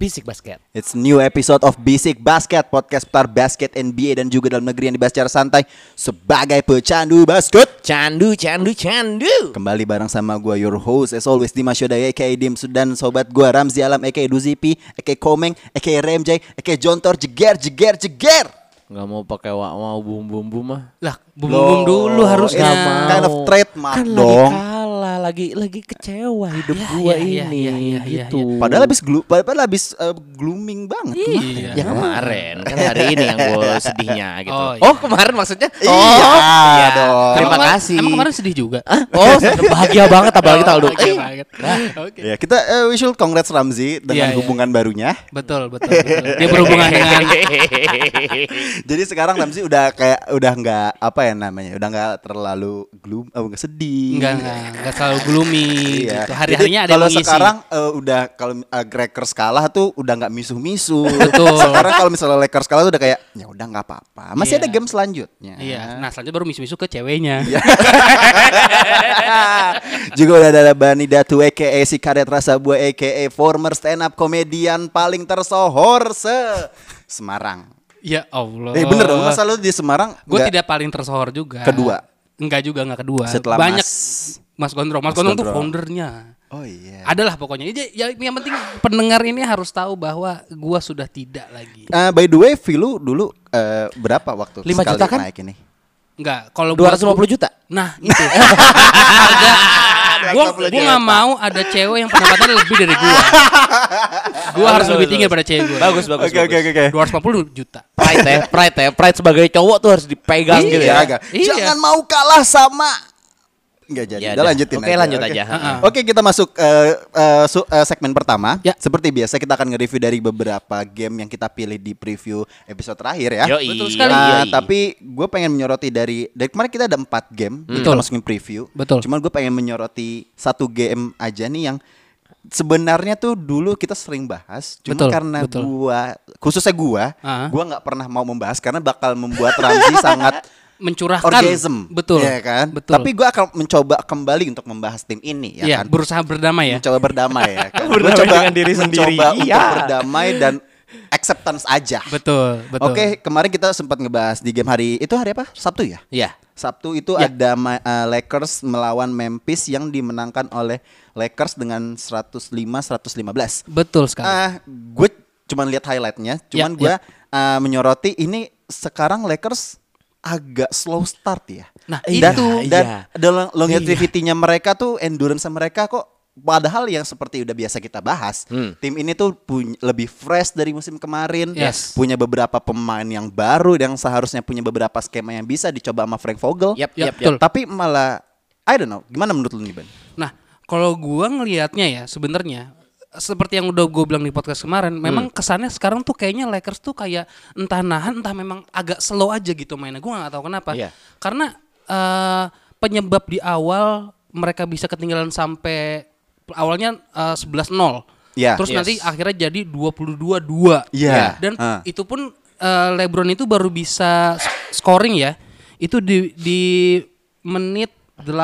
Bisik Basket. It's new episode of Bisik Basket, podcast putar basket NBA dan juga dalam negeri yang dibahas secara santai sebagai pecandu basket. Candu. Kembali bareng sama gue, your host as always, Dimas Yodaya aka Dims, dan sobat gue Ramzi Alam aka Duzipi aka Komeng aka Remjay aka Jontor. Jeger. Gak mau pakai mau bum mah. Lah, bum dulu harusnya. Kind of trademark Kan dong. lagi kecewa hidup gua ini gitu. Padahal habis glooming banget. Iya. Ya kemarin kan hari ini yang gue sedihnya gitu. Oh, iya. Oh kemarin maksudnya? Iya dong. Terima kasih. Emang kemarin sedih juga? Oh bahagia banget apalagi tahu dulu. Bahagia banget. Oke. Ya, kita we should congrats Ramzi dengan Iya. hubungan barunya. Betul. Dia berhubungan dengan Jadi sekarang Ramzi udah nggak apa ya namanya, udah nggak terlalu nggak sedih. enggak selalu gloomy Iya. gitu. Hari-harinya ada kalau yang mengisi. sekarang udah kalau Lakers kalah tuh udah nggak misuh-misuh. Betul. Sekarang kalau misalnya Lakers kalah tuh udah kayak ya udah nggak apa-apa. Masih Iya. ada game selanjutnya. Iya. Nah, selanjutnya baru misu-misu ke ceweknya. Juga udah ada Bani Datu aka si karet rasa buah aka former stand up comedian paling tersohor Semarang. Ya Allah. Bener dong, masa lu di Semarang Gue nggak tidak paling tersohor juga. kedua? Enggak kedua. Setelah Banyak Mas Gondrong tuh Gondrong. foundernya. Oh iya. Adalah pokoknya. Ya, yang penting pendengar ini harus tahu bahwa gua sudah tidak lagi. By the way, fee lu dulu berapa waktu 5 sekali juta kan? naik ini? Enggak, kalau 250 juta. Nah, itu. Gua enggak mau ada cewek yang pendapatannya lebih dari gua. Gua harus lebih tinggi daripada cewek gua. Bagus. Oke. 250 juta. Pride sebagai cowok tuh harus dipegang Iya. gitu ya. Agak. Iya. Jangan mau kalah sama. Enggak jadi. Ya Udah udah. lanjutin Oke, aja. lanjut aja. Oke, kita masuk segmen pertama. Ya. Seperti biasa kita akan nge-review dari beberapa game yang kita pilih di preview episode terakhir ya. Yoi. Betul sekali. Tapi gue pengen menyoroti dari kemarin kita ada 4 game kita Betul. masukin preview. Betul. Cuman gue pengen menyoroti satu game aja nih yang sebenarnya tuh dulu kita sering bahas. Cuma Betul, karena betul. khususnya gue nggak pernah mau membahas karena bakal membuat Ramzi sangat Mencurahkan. orgasm. Betul. Ya kan? Betul. Tapi gue akan mencoba kembali untuk membahas tim ini ya Iya, kan. berusaha berdamai ya. Mencoba berdamai ya kan. Berdamai Gua dengan diri sendiri. mencoba untuk Iya. berdamai dan acceptance aja. Betul. Oke, kemarin kita sempat ngebahas di game hari apa? Sabtu ya? Iya. Sabtu itu Ya. ada Lakers melawan Memphis yang dimenangkan oleh Lakers dengan 105-115. Betul sekali. Gue cuman lihat highlightnya, cuman Ya, gue menyoroti ini sekarang Lakers agak slow start ya. Nah, dan, itu. dan dalam longevity-nya mereka tuh, endurance mereka kok padahal yang seperti udah biasa kita bahas, tim ini tuh lebih fresh dari musim kemarin, Yes. punya beberapa pemain yang baru yang seharusnya punya beberapa skema yang bisa dicoba sama Frank Vogel. Yap. Betul. Tapi malah I don't know, gimana menurut lu nih Ben? Nah, kalau gua ngelihatnya ya sebenarnya seperti yang udah gue bilang di podcast kemarin, memang kesannya sekarang tuh kayaknya Lakers tuh kayak entah nahan, entah memang agak slow aja gitu mainnya. Gue nggak tahu kenapa. Iya. Karena penyebab di awal mereka bisa ketinggalan sampai awalnya 11-0. Iya. Terus Yes. nanti akhirnya jadi 22-2. Iya. Dan itu pun LeBron itu baru bisa scoring ya. Itu di menit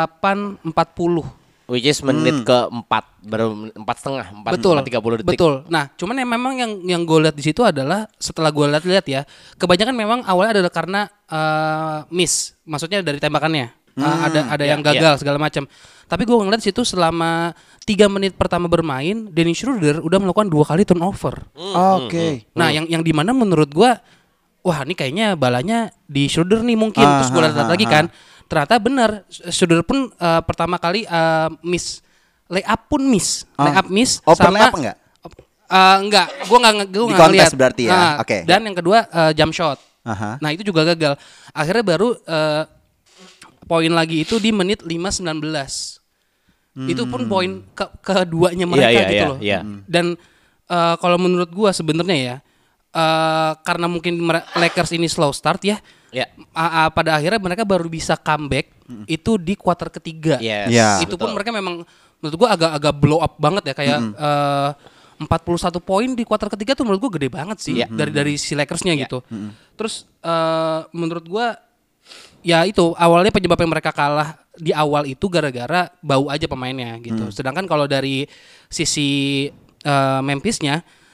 8:40. Which is menit ke-4, baru 4,5, 4:30 detik. Betul. Nah, cuman memang yang gue lihat di situ adalah setelah gue lihat ya, kebanyakan memang awalnya adalah karena miss, maksudnya dari tembakannya. Ada yang gagal segala macam. Tapi gue ngeliat situ selama 3 menit pertama bermain, Dennis Schroeder udah melakukan 2 kali turnover. Oke. Nah, yang dimana menurut gue, wah ini kayaknya balanya di Schroeder nih mungkin. Terus gue lihat lagi kan, ternyata benar Schroeder pun pertama kali miss, layup pun miss, layup miss. Open sama layup enggak? Enggak, gue nggak Di ngeliat. kontes berarti ya? Nah, Oke. Dan yang kedua jump shot. Aha. Nah itu juga gagal. Akhirnya baru poin lagi itu di menit 5:19. Itu pun poin keduanya mereka Iya, gitu iya, loh. iya. Dan kalau menurut gua sebenarnya ya, karena mungkin Lakers ini slow start ya. Ya. Pada akhirnya mereka baru bisa comeback itu di kuarter ketiga. Yes. Ya. Itu pun mereka memang menurut gua agak blow up banget ya, kayak 41 poin di kuarter ketiga tuh menurut gua gede banget sih dari si Lakersnya gitu. Terus menurut gua ya itu awalnya penyebab yang mereka kalah di awal itu gara-gara bau aja pemainnya gitu. Sedangkan kalau dari sisi Memphisnya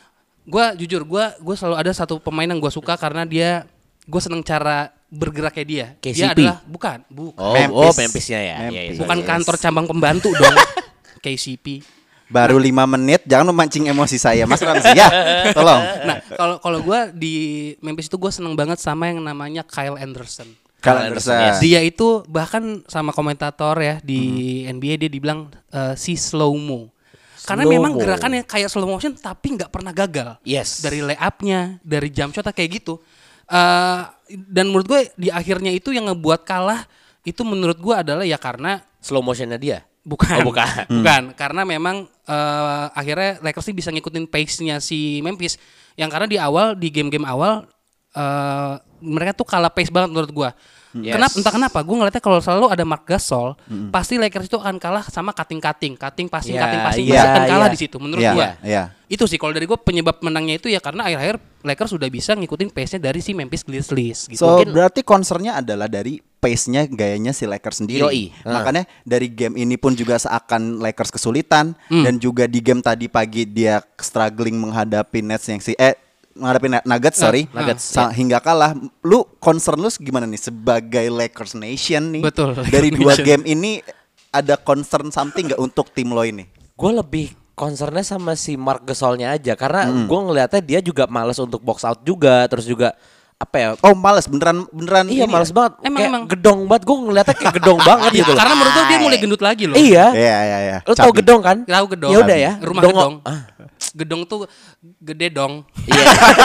Gue selalu ada satu pemain yang gue suka karena gue seneng cara bergerak kayak dia. KCP. Dia adalah bukan. Memphisnya ya. Memphis. Iya. Bukan kantor cabang pembantu dong. KCP. Baru 5 menit, jangan memancing emosi saya, Mas Ramzi ya. Tolong. Nah, kalau gue di Memphis itu gue seneng banget sama yang namanya Kyle Anderson. Kyle Anderson. Yes. Dia itu bahkan sama komentator ya di NBA dia dibilang si slow mo. Karena Slow memang mo. gerakannya kayak slow motion tapi nggak pernah gagal. Yes. Dari layupnya, dari jump shotnya kayak gitu. Dan menurut gue di akhirnya itu yang ngebuat kalah itu menurut gue adalah ya karena Slow motionnya dia. bukan, Oh, bukan. bukan. Karena memang akhirnya Lakers ini bisa ngikutin pace-nya si Memphis. Yang karena di game-game awal mereka tuh kalah pace banget menurut gua. Yes. Entah kenapa gua ngeliatnya kalau selalu ada Marc Gasol, pasti Lakers itu akan kalah sama cutting passing Ya, pasti iya, akan kalah iya. di situ menurut Iya, gua. iya. Itu sih kalau dari gua penyebab menangnya itu ya karena akhir-akhir Lakers sudah bisa ngikutin pace-nya dari si Memphis Grizzlies gitu. So Mungkin- berarti concernnya adalah dari pace-nya, gayanya si Lakers sendiri. Yoi. Makanya dari game ini pun juga seakan Lakers kesulitan dan juga di game tadi pagi dia struggling menghadapi Nets yang menghadapi Nuggets, Nuggets, hingga kalah. Lu concern lu gimana nih sebagai Lakers Nation nih? Betul, Dari Lakers 2 Nation. game ini ada concern something nggak untuk tim lo ini? Gue lebih concernnya sama si Marc Gasolnya aja karena gue ngelihatnya dia juga malas untuk box out juga, terus juga apa ya? Oh males beneran Iya ini malas ya? banget. Emang. Gedong banget. Gue ngeliatnya kayak gedong banget gitu loh. Karena menurut gua dia mulai gendut lagi loh. Iya. Iya. Lo tau Cabi. gedong kan? Tahu gedong. Ya udah ya. Rumah Gedong- gedong. Ah. Gedong tuh gede dong. Iya.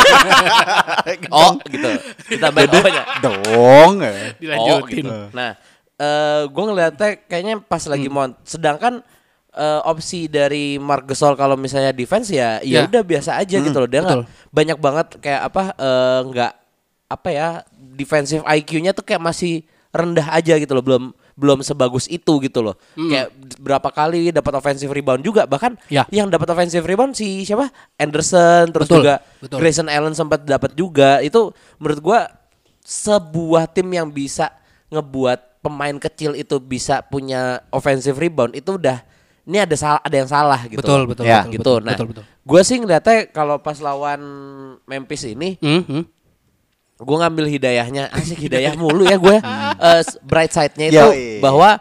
Oh gitu. Ditambahin O-nya. Dong. Dilanjutin. Oh, gitu. Nah, gue ngeliatnya kayaknya pas lagi mount. Sedangkan opsi dari Marc Gasol kalau misalnya defense ya Ya. udah biasa aja gitu loh. Dia betul. nggak banyak banget kayak apa nggak apa ya defensive IQ-nya tuh kayak masih rendah aja gitu loh. Belum sebagus itu gitu loh. Kayak berapa kali dapat offensive rebound juga, bahkan Ya. yang dapat offensive rebound si siapa? Anderson, terus Betul, juga betul. Grayson Allen sempat dapat juga. Itu menurut gua sebuah tim yang bisa ngebuat pemain kecil itu bisa punya offensive rebound itu udah ini ada yang salah gitu. Betul, betul, Ya, betul, gitu. betul, Nah, betul. gue sih ngeliatnya kalau pas lawan Memphis ini gue ngambil hidayahnya, asik hidayah mulu ya gue. Bright side-nya itu Yoi. bahwa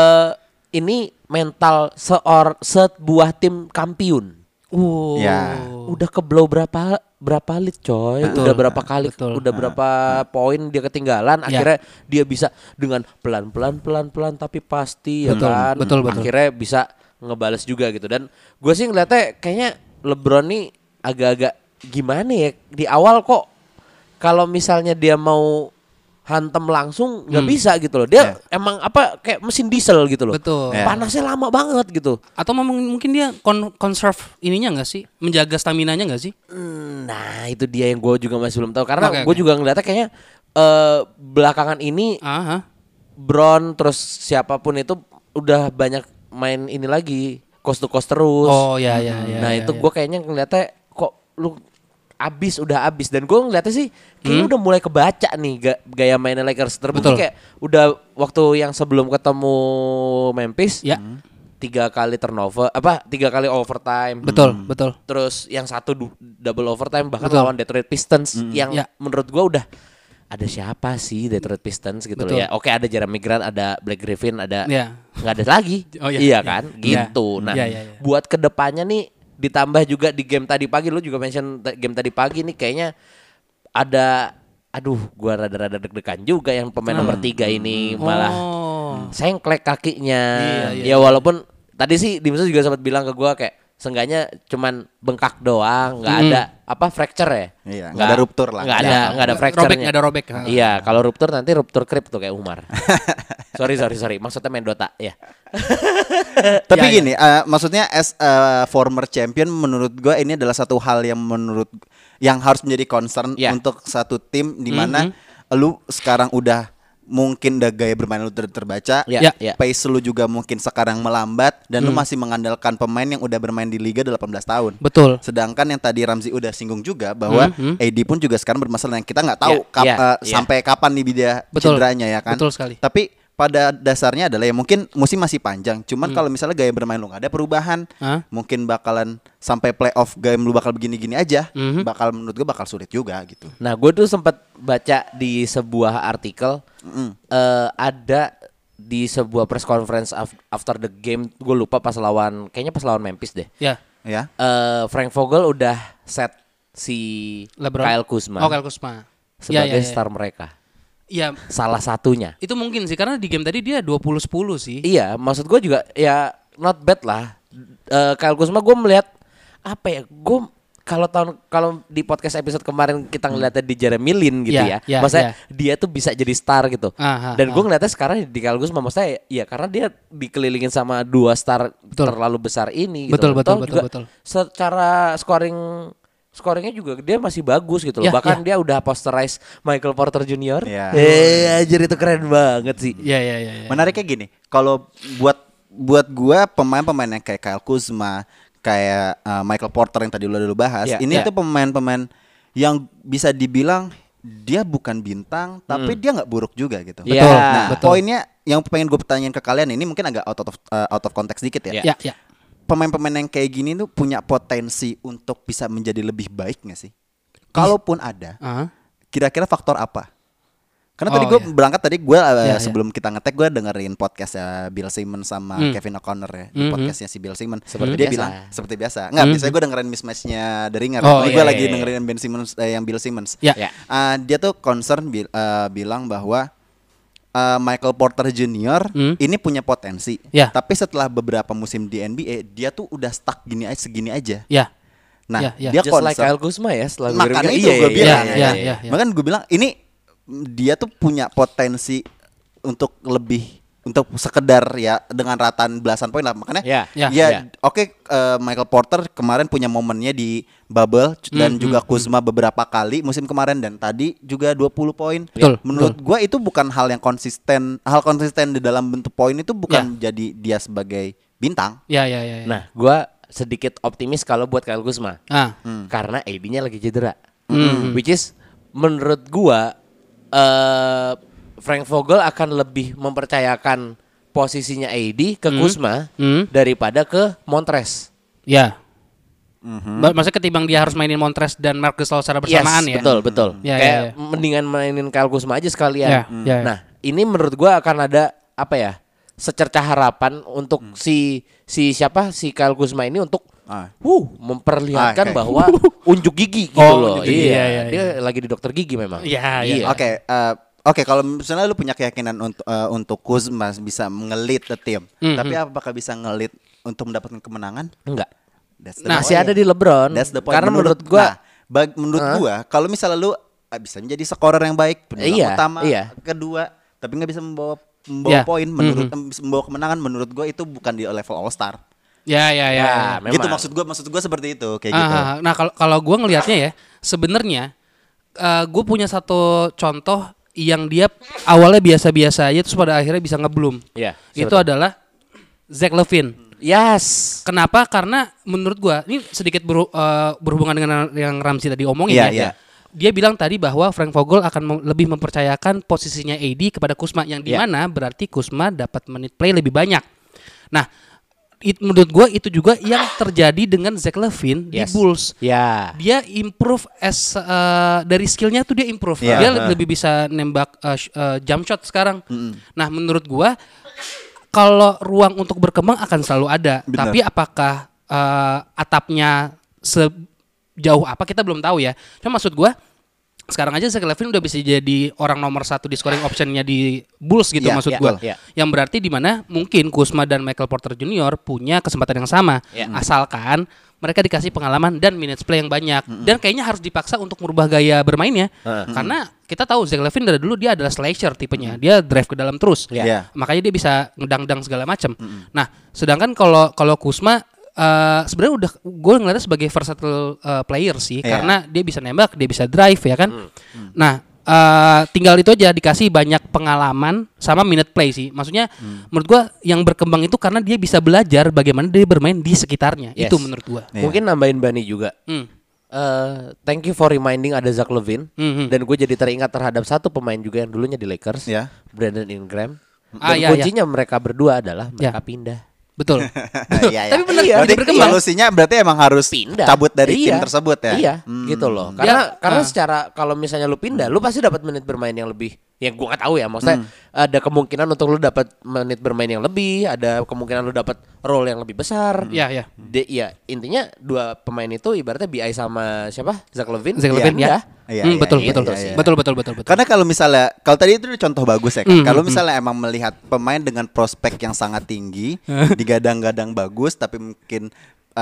ini mental sebuah tim kampiun. Ya. Udah keblow berapa lead coy. Betul. Udah berapa kali Betul. udah berapa poin dia ketinggalan, akhirnya dia bisa dengan pelan tapi pasti ya Betul, kan. betul. Akhirnya bisa ngebales juga gitu. Dan gue sih ngeliatnya kayaknya LeBron nih agak-agak gimana ya di awal kok kalau misalnya dia mau hantem langsung nggak bisa gitu loh. Dia emang apa kayak mesin diesel gitu loh. Betul. Ya. Panasnya lama banget gitu. Atau mungkin dia conserve ininya nggak sih, menjaga staminanya nggak sih? Nah itu dia yang gue juga masih belum tahu karena Oke, gue juga ngeliatnya kayaknya belakangan ini Aha. Bron terus siapapun itu udah banyak main ini lagi coast to coast terus. Oh ya. Nah itu gue kayaknya ngeliatnya kok lu udah abis dan gue ngeliatnya sih kayaknya udah mulai kebaca nih gaya mainnya Lakers. Terbukti Betul. kayak udah waktu yang sebelum ketemu Memphis Ya. 3 kali turnover 3 kali overtime. Betul. Terus yang satu double overtime bahkan Betul. lawan Detroit Pistons yang Ya. menurut gua udah ada siapa sih Detroit Pistons gitu loh Betul. ya. Oke ada Jeremy Grant, ada Blake Griffin, ada Ya. nggak ada lagi. Oh, iya. Iya Iya. kan? Iya. Gitu. Nah, Iya. buat kedepannya nih ditambah juga di game tadi pagi lu juga mention game tadi pagi nih kayaknya ada gua rada-rada deg-degan juga yang pemain nomor 3 ini malah sengklek kakinya. Iya. Ya walaupun tadi sih Dimsu juga sempat bilang ke gua kayak seenggaknya cuman bengkak doang, nggak ada fracture ya. Iya, nggak ada ruptur lah. Nggak ada fracture-nya. Nggak ada robek. Iya, kalau ruptur nanti ruptur krip tuh kayak Umar. sorry. Maksudnya main Dota ya. Tapi Ya, gini, maksudnya as former champion menurut gua ini adalah satu hal yang harus menjadi concern Ya. untuk satu tim di mana lu sekarang udah mungkin gaya bermain lu terbaca, Ya. pace lu juga mungkin sekarang melambat dan lu masih mengandalkan pemain yang udah bermain di liga 18 tahun. Betul. Sedangkan yang tadi Ramzi udah singgung juga bahwa AD pun juga sekarang bermasalah yang kita nggak tahu Ya, ya. sampai kapan nih dia Betul. cederanya ya kan. Betul sekali. Tapi pada dasarnya adalah ya mungkin musim masih panjang. Cuman kalau misalnya gaya bermain lu gak ada perubahan, mungkin bakalan sampai playoff game lu bakal begini-gini aja. Bakal menurut gue bakal sulit juga gitu. Nah, gue tuh sempat baca di sebuah artikel ada di sebuah press conference after the game, gue lupa kayaknya pas lawan Memphis deh. Ya. Ya. Frank Vogel udah set si LeBron. Kyle Kuzma Kyle Kuzma sebagai star mereka. Iya. Salah satunya. Itu mungkin sih karena di game tadi dia 20-10 sih. Iya, maksud gue juga ya not bad lah. Kyle Kuzma gue melihat apa ya? Gue kalau di podcast episode kemarin kita ngeliatnya di Jeremy Lin gitu maksudnya dia tuh bisa jadi star gitu. Dan gue ngeliatnya sekarang di Kyle Kuzma maksudnya ya karena dia dikelilingin sama 2 star terlalu besar ini gitu. Betul. Secara scoringnya juga dia masih bagus gitu loh. Bahkan dia udah posterize Michael Porter Jr. Anjir itu keren banget sih. Iya. Menariknya gini, kalau buat gua pemain-pemain yang kayak Kyle Kuzma, kayak Michael Porter yang tadi lu bahas, ini tuh pemain-pemain yang bisa dibilang dia bukan bintang, tapi dia nggak buruk juga gitu. Betul. Nah, poinnya yang pengen gue pertanyain ke kalian ini mungkin agak out of context dikit ya. Iya. Pemain-pemain yang kayak gini tuh punya potensi untuk bisa menjadi lebih baik gak sih? Kalaupun ada, kira-kira faktor apa? Karena tadi gue berangkat sebelum kita ngetek gue dengerin podcast Bill Simmons sama Kevin O'Connor ya di podcastnya si Bill Simmons. Seperti dia bilang seperti biasa. Nggak, biasanya gue dengerin mismatchnya The Ringer. Gue lagi dengerin Ben Simmons yang Bill Simmons. Dia tuh concern bilang bahwa Michael Porter Jr. ini punya potensi, tapi setelah beberapa musim di NBA dia tuh udah stuck segini aja. Nah, dia just like Kyle Kuzma ya. Makanya itu gue bilang. Makanya gue bilang ini dia tuh punya potensi untuk sekedar ya dengan rataan belasan poin lah. Makanya oke, Michael Porter kemarin punya momennya di bubble dan juga Kuzma beberapa kali musim kemarin dan tadi juga 20 poin. Menurut gua itu bukan hal yang konsisten. Hal konsisten di dalam bentuk poin itu bukan jadi dia sebagai bintang. Nah, gua sedikit optimis kalau buat Kyle Kuzma. Karena AD-nya lagi cedera. Which is menurut gua Frank Vogel akan lebih mempercayakan posisinya AD ke Kuzma daripada ke Montrez. Maksudnya ketimbang dia harus mainin Montrez dan Marc Gasol secara bersamaan ya. Betul. Kayak mendingan mainin Kyle Kuzma aja sekalian. Nah, ini menurut gua akan ada apa ya? Secercah harapan untuk si Kyle Kuzma ini untuk memperlihatkan bahwa unjuk gigi gitu loh. Iya. Dia lagi di dokter gigi memang. Oke, kalau misalnya lu punya keyakinan untuk Kuzma bisa ngelit the team, tapi apakah bisa ngelit untuk mendapatkan kemenangan? Enggak. Masih ada di LeBron. Karena menurut gua kalau misalnya lu bisa menjadi scorer yang baik, penyerang utama, kedua, tapi nggak bisa membawa poin, membawa kemenangan, menurut gua itu bukan di level All Star. Ya. Gitu maksud gua seperti itu kayak gitu. Nah kalau gua ngelihatnya ya, sebenarnya gue punya satu contoh yang dia awalnya biasa-biasa aja terus pada akhirnya bisa ngebloom. Itu adalah Zach LaVine. Yes. Kenapa? Karena menurut gua ini sedikit berhubungan dengan yang Ramzi tadi omongin ya. Dia bilang tadi bahwa Frank Vogel akan lebih mempercayakan posisinya AD kepada Kuzma yang dimana berarti Kuzma dapat menit play lebih banyak. Nah, menurut gue itu juga yang terjadi dengan Zach LaVine di Bulls. Dia improve dari skillnya tuh dia improve. Dia lebih bisa nembak jump shot sekarang. Nah, menurut gue kalau ruang untuk berkembang akan selalu ada. Bener. Tapi apakah atapnya sejauh apa kita belum tahu ya. Cuma maksud gue sekarang aja Zach LaVine udah bisa jadi orang nomor 1 di scoring optionnya di Bulls gitu maksud gue. Yang berarti di mana mungkin Kuzma dan Michael Porter Jr. punya kesempatan yang sama, asalkan mereka dikasih pengalaman dan minutes play yang banyak. Dan kayaknya harus dipaksa untuk merubah gaya bermainnya, karena kita tahu Zach LaVine dari dulu dia adalah slasher tipenya, dia drive ke dalam terus, makanya dia bisa ngedang-dang segala macam. Nah, sedangkan kalau Kuzma sebenarnya udah gue ngeliatnya sebagai versatile player sih, karena dia bisa nembak, dia bisa drive ya kan. Nah, tinggal itu aja dikasih banyak pengalaman sama minute play sih. Maksudnya menurut gue yang berkembang itu karena dia bisa belajar bagaimana dia bermain di sekitarnya. Itu menurut gue. Mungkin nambahin Bani juga. Thank you for reminding ada Zach LaVine. Dan gue jadi teringat terhadap satu pemain juga yang dulunya di Lakers, Brandon Ingram. Dan kuncinya mereka berdua adalah mereka pindah. Betul. Iya. Tapi benar berarti solusinya berarti emang harus pindah. Cabut dari tim tersebut ya. Iya, gitu loh. Karena secara kalau misalnya lu pindah, lu pasti dapat menit bermain yang lebih. Yang gue nggak tahu ya, maksudnya ada kemungkinan untuk lu dapat menit bermain yang lebih, ada kemungkinan lu dapat role yang lebih besar. Iya. Ya intinya dua pemain itu ibaratnya BI sama siapa? Zach Levine. Ya. Betul. Karena kalau misalnya tadi itu contoh bagus ya kan. Kalau misalnya emang melihat pemain dengan prospek yang sangat tinggi, digadang-gadang bagus tapi mungkin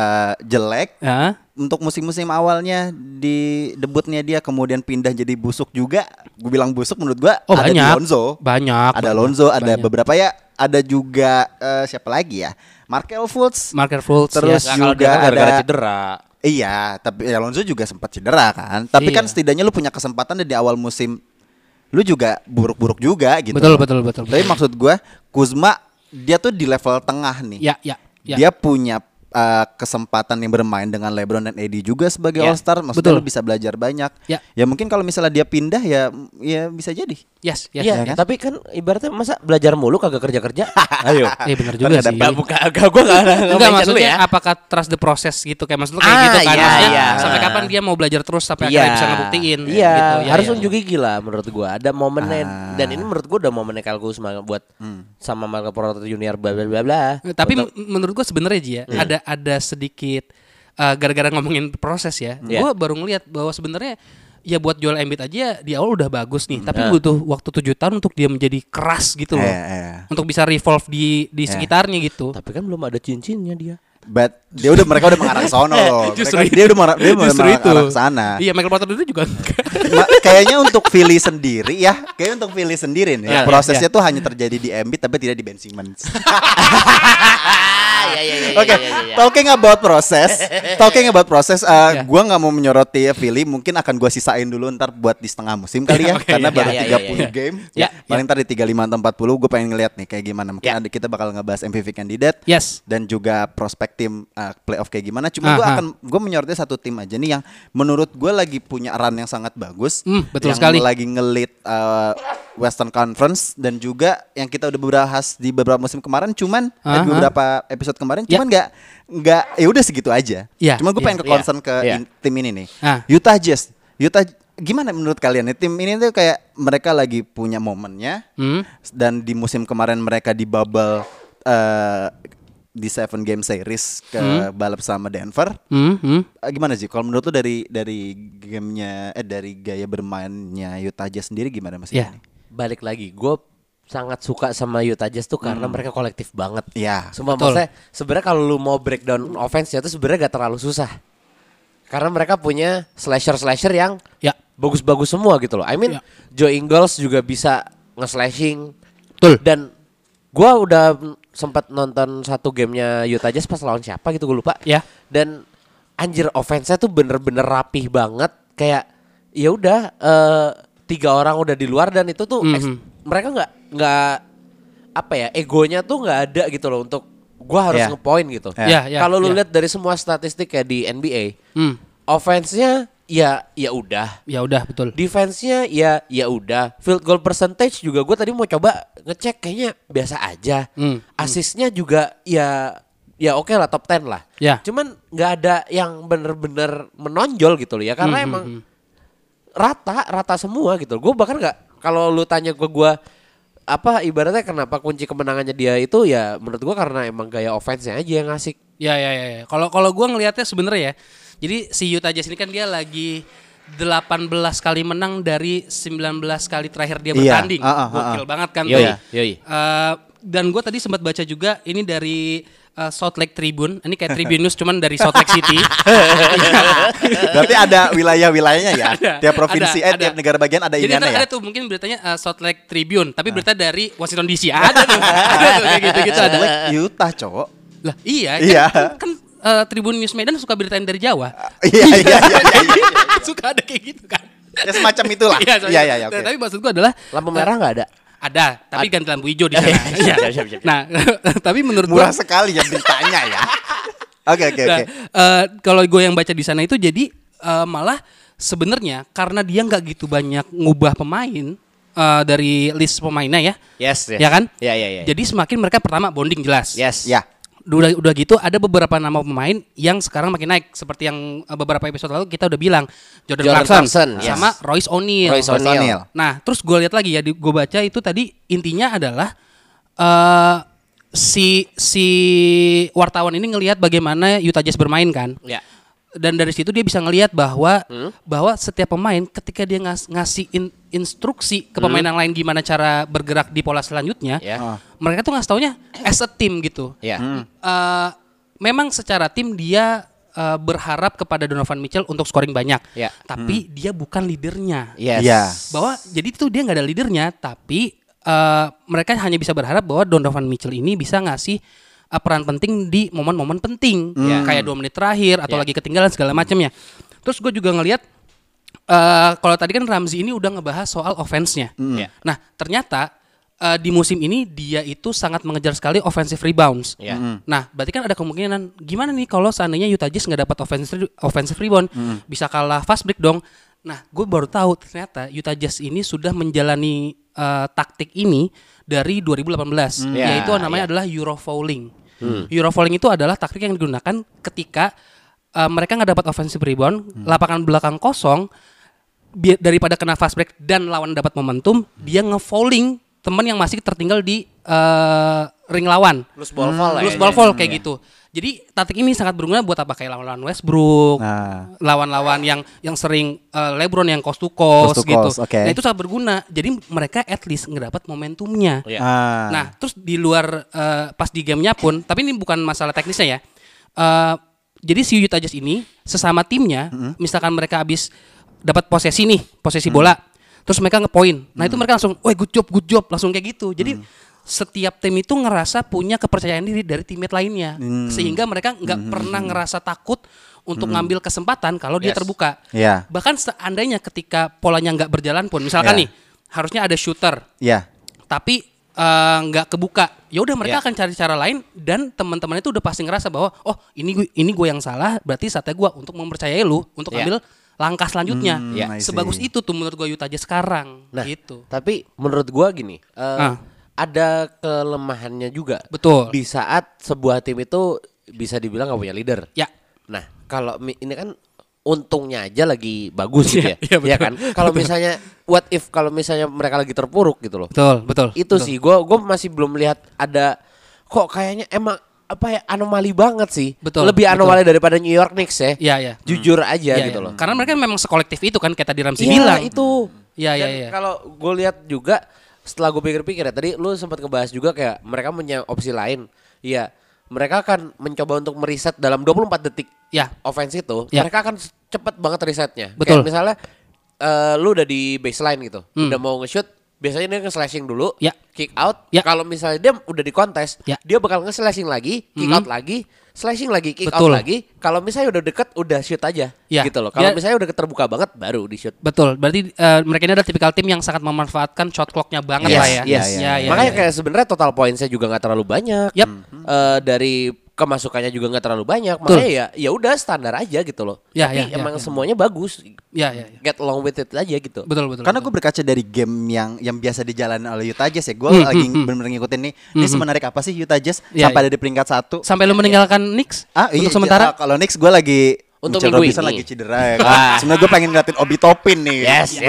jelek untuk musim-musim awalnya di debutnya dia kemudian pindah jadi busuk juga. Gue bilang busuk menurut gue ada di Lonzo. Ada Lonzo, ada beberapa ya. Ada juga siapa lagi ya? Markel Fultz. Terus juga ada cedera. Iya, tapi Alonso juga sempat cedera kan. Tapi kan setidaknya lu punya kesempatan di awal musim. Lu juga buruk-buruk juga gitu. Betul. Tapi maksud gue Kuzma dia tuh di level tengah nih. Ya. Dia punya kesempatan yang bermain dengan LeBron dan AD juga sebagai All-Star. Maksudnya lu bisa belajar banyak. Ya mungkin kalau misalnya dia pindah ya bisa jadi. Yes. Ya, kan? Tapi kan ibaratnya masa belajar mulu kagak kerja. Ayo. Benar juga sih. Gue enggak maksudnya apakah trust the process gitu kayak maksud lu kayak gitu kan. Maksudnya sampai kapan dia mau belajar terus sampai akhirnya bisa ngebuktiin gitu. Harus unjuk gigi lah menurut gue. Ada momennya dan ini menurut gue udah momennya Kyle Kuzma buat sama Michael Porter Junior bla bla bla bla. Tapi menurut gue sebenarnya Ji ya, ada sedikit gara-gara ngomongin proses ya. Gue baru ngeliat bahwa sebenarnya ya buat Joel Embiid aja di awal udah bagus nih, tapi butuh waktu 7 tahun untuk dia menjadi keras gitu loh. Untuk bisa revolve di sekitarnya gitu. Tapi kan belum ada cincinnya dia. But mereka udah mengarah ke sono loh. Dia udah mengarah ke sana. Iya, Michael Porter dulu juga enggak. Kayaknya untuk Philly sendiri ya, nih. Prosesnya tuh hanya terjadi di Embiid tapi tidak di Ben Simmons. Oke, talking about proses, gua nggak mau menyoroti Philly, mungkin akan gua sisain dulu ntar buat di setengah musim kali ya, karena baru 30 game, paling ntar di 35 atau 40, gue pengen ngeliat nih kayak gimana. Mungkin kita bakal ngebahas MVP candidate, dan juga prospek tim playoff kayak gimana. Cuma gue menyoroti satu tim aja nih yang menurut gue lagi punya run yang sangat bagus, betul yang sekali. Lagi ngelit Western Conference dan juga yang kita udah bahas di beberapa musim kemarin, cuman di beberapa episode kemarin, cuman nggak ya udah segitu aja. Cuma gue pengen ke concern ke tim ini nih, Utah Jazz. Gimana menurut kalian nih tim ini tuh kayak mereka lagi punya momennya, dan di musim kemarin mereka di bubble di 7 game series ke balap sama Denver. Gimana sih kalau menurut lu dari gamenya dari gaya bermainnya Utah Jazz sendiri gimana Mas ini? Balik lagi, gue sangat suka sama Utah Jazz tuh karena mereka kolektif banget. Iya. Sumpah, maksudnya sebenarnya kalau lu mau breakdown offense-nya tuh sebenarnya gak terlalu susah. Karena mereka punya slasher yang bagus-bagus semua gitu loh. I mean Joe Ingles juga bisa nge-slashing. Betul. Dan gue udah sempat nonton satu gamenya Utah Jazz pas lawan siapa gitu, gue lupa. Dan anjir offense-nya tuh bener-bener rapih banget. Kayak ya udah 3 orang udah di luar dan itu tuh mereka nggak apa ya, egonya tuh nggak ada gitu loh untuk gue harus ngepoint gitu. Kalau lu lihat dari semua statistik kayak di NBA, offense-nya ya udah betul. Defense-nya ya udah. Field goal percentage juga gue tadi mau coba ngecek kayaknya biasa aja. Assist-nya juga ya oke lah, top 10 lah. Cuman nggak ada yang bener-bener menonjol gitu loh ya, karena emang rata semua gitu. Gue bahkan nggak, kalau lu tanya ke gue apa ibaratnya kenapa kunci kemenangannya dia itu, ya menurut gue karena emang gaya offense-nya aja yang asik. Ya. Kalau gue ngelihatnya sebenarnya ya, jadi si Utah Jazz ini kan dia lagi 18 kali menang dari 19 kali terakhir dia bertanding. Gokil banget kan. Dan gue tadi sempat baca juga ini dari Salt Lake Tribune. Ini kayak Tribune News cuman dari Salt Lake City. Berarti ada wilayah-wilayahnya ya. Tiap provinsi tiap negara bagian ada iniannya ya. Ada tuh mungkin beritanya Salt Lake Tribune, tapi berita dari Washington DC. Ada tuh kayak gitu-gitu ada. Utah, cowok. Lah iya. Kan Tribun News Medan suka beritain dari Jawa. Iya. Suka ada kayak gitu kan. Ya semacam itulah. Iya. Okay. Tapi maksud gua adalah lampu merah nggak ada. Ada, tapi ganti lampu hijau di sana. Nah, tapi menurut murah sekali ya beritanya ya. Oke. Kalau gue yang baca di sana itu jadi malah sebenarnya karena dia nggak gitu banyak ngubah pemain, dari list pemainnya ya. Yes. Ya kan? Ya. Jadi semakin mereka pertama bonding jelas. Yes. Ya. Udah gitu ada beberapa nama pemain yang sekarang makin naik seperti yang beberapa episode lalu kita udah bilang Jordan Clarkson sama yes. Royce O'Neal. Nah, terus gue lihat lagi ya, gue baca itu tadi intinya adalah si wartawan ini ngelihat bagaimana Utah Jazz bermain kan. Ya. Dan dari situ dia bisa ngelihat bahwa setiap pemain ketika dia ngasih instruksi ke pemain yang lain gimana cara bergerak di pola selanjutnya, mereka tuh ngasih taunya as a team gitu. Memang secara tim dia berharap kepada Donovan Mitchell untuk scoring banyak, tapi dia bukan leadernya. Bahwa jadi itu dia nggak ada leadernya, tapi mereka hanya bisa berharap bahwa Donovan Mitchell ini bisa ngasih peran penting di momen-momen penting, kayak 2 menit terakhir atau lagi ketinggalan segala macamnya. Terus gue juga ngelihat kalau tadi kan Ramzi ini udah ngebahas soal offense-nya. Nah ternyata di musim ini dia itu sangat mengejar sekali offensive rebounds. Nah berarti kan ada kemungkinan gimana nih kalau seandainya Utah Jazz nggak dapat offensive rebound, bisa kalah fast break dong. Nah gue baru tahu ternyata Utah Jazz ini sudah menjalani taktik ini dari 2018, yaitu namanya adalah Eurofouling. Eurofouling itu adalah taktik yang digunakan ketika mereka nggak dapat offensive rebound, lapangan belakang kosong, daripada kena fast break dan lawan dapat momentum, dia ngefouling teman yang masih tertinggal di ring lawan. Loose ball foul Loose ball foul kayak gitu. Jadi taktik ini sangat berguna buat apa, kayak lawan-lawan Westbrook, lawan-lawan yang sering LeBron yang coast to coast gitu. Nah itu sangat berguna. Jadi mereka at least ngedapat momentumnya. Nah terus di luar pas di gamenya pun, tapi ini bukan masalah teknisnya ya. Jadi si Utah Jazz ini sesama timnya, misalkan mereka habis dapat posesi bola, terus mereka ngepoint. Nah itu mereka langsung, good job, langsung kayak gitu. Jadi setiap tim itu ngerasa punya kepercayaan diri dari teammate lainnya, sehingga mereka nggak pernah ngerasa takut untuk ngambil kesempatan kalau dia terbuka. Bahkan seandainya ketika polanya nggak berjalan pun, misalkan nih harusnya ada shooter, tapi nggak kebuka, ya udah mereka akan cari cara lain, dan teman-teman itu udah pasti ngerasa bahwa ini gue yang salah, berarti saatnya gue untuk mempercayai lu untuk ambil langkah selanjutnya. Sebagus itu tuh menurut gue Utah Jazz sekarang. Nah, gitu. Tapi menurut gue gini, ada kelemahannya juga. Betul. Di saat sebuah tim itu bisa dibilang gak punya leader. Nah, kalau ini kan untungnya aja lagi bagus gitu ya. Ya kan? Kalau misalnya what if kalau misalnya mereka lagi terpuruk gitu loh. Betul. Itu sih gue masih belum lihat ada kok kayaknya emang anomali banget sih. Lebih anomali daripada New York Knicks ya. Iya. Jujur aja gitu loh. Karena mereka memang sekolektif itu kan, kayak tadi Ramzi bilang. Itu. Iya. Kalau gue lihat juga setelah gue pikir-pikir ya, tadi lu sempat ngebahas juga kayak mereka punya opsi lain. Iya, mereka akan mencoba untuk meriset dalam 24 detik offense itu. Mereka akan cepet banget risetnya. Betul. Kayak misalnya lu udah di baseline gitu, udah mau nge-shoot, biasanya dia nge-slashing dulu, kick out. Kalau misalnya dia udah di kontes, dia bakal nge-slashing lagi, kick out lagi, slashing lagi, kick out lagi. Kalau misalnya udah deket, udah shoot aja gitu loh. Kalau misalnya udah terbuka banget, baru di shoot. Betul, berarti mereka ini adalah tipikal tim yang sangat memanfaatkan shot clock-nya banget lah ya. Makanya kayak sebenarnya total points-nya juga gak terlalu banyak. Dari kemasukannya juga nggak terlalu banyak, makanya ya udah standar aja gitu loh. Tapi emang semuanya bagus. Get along with it aja gitu. Betul. Karena gue berkaca dari game yang biasa dijalani oleh Utah Jazz ya, gue lagi benar-benar ngikutin nih. Ini semenarik apa sih Utah Jazz sampai ada di peringkat 1. Sampai lu meninggalkan Knicks untuk sementara? Kalau Knicks gue lagi untuk Mitchell Robinson lagi cedera ya kan. Sebenarnya gue pengen ngeliatin Obi Toppin nih.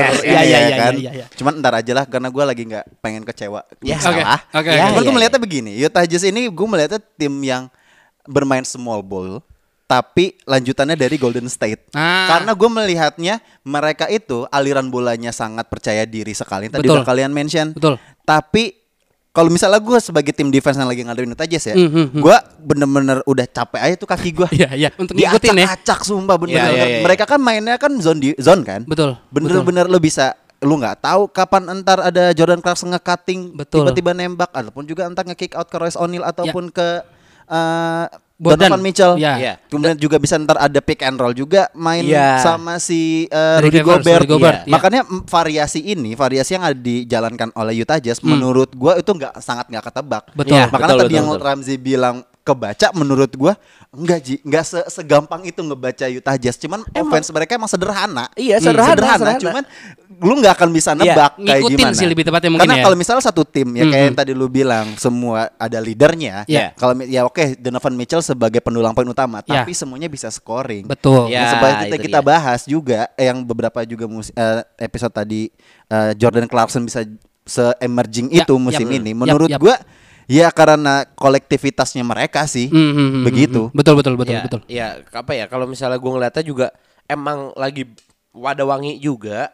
Iya. Cuman ntar aja lah, karena gue lagi nggak pengen kecewa. Salah. Cuman gue melihatnya begini, Utah Jazz ini gue melihatnya tim yang bermain small ball, tapi lanjutannya dari Golden State. Karena gue melihatnya mereka itu aliran bolanya sangat percaya diri sekali. Tadi udah kalian mention. Tapi kalau misalnya gue sebagai tim defense yang lagi ngadepin Utah Jazz ya, gue bener-bener udah capek aja tuh kaki gue. Untuk ngikutin ya. Diacak-acak sumpah bener-bener. Mereka kan mainnya kan zone kan. Bener-bener lo bisa, lu nggak tahu kapan entar ada Jordan Clarkson nge-cutting tiba-tiba nembak, ataupun juga entar nge-kick out ke Royce O'Neal ataupun ke Donovan Mitchell. Kemudian juga bisa ntar ada pick and roll juga main sama si Rudy Gobert. Makanya variasi yang ada dijalankan oleh Utah Jazz menurut gua itu sangat nggak ketebak. Makanya tadi yang Ramzi bilang kebaca menurut gua enggak segampang itu ngebaca Utah Jazz. Cuman offense mereka emang sederhana. Iya, sederhana. Cuman lu nggak akan bisa nebak kayak ngikutin gimana. sih lebih tepatnya mungkin. Karena ya. kalau misalnya satu tim ya kayak yang tadi lu bilang semua ada leadernya. Kalau ya oke, Donovan Mitchell sebagai pendulang poin utama, tapi semuanya bisa scoring. Betul. Ya, seperti kita bahas juga yang beberapa juga episode tadi Jordan Clarkson bisa se-emerging itu musim ini. Menurut gua ya karena kolektivitasnya mereka sih begitu. Betul. Ya apa ya kalau misalnya gue ngeliatnya juga emang lagi wadah wangi juga.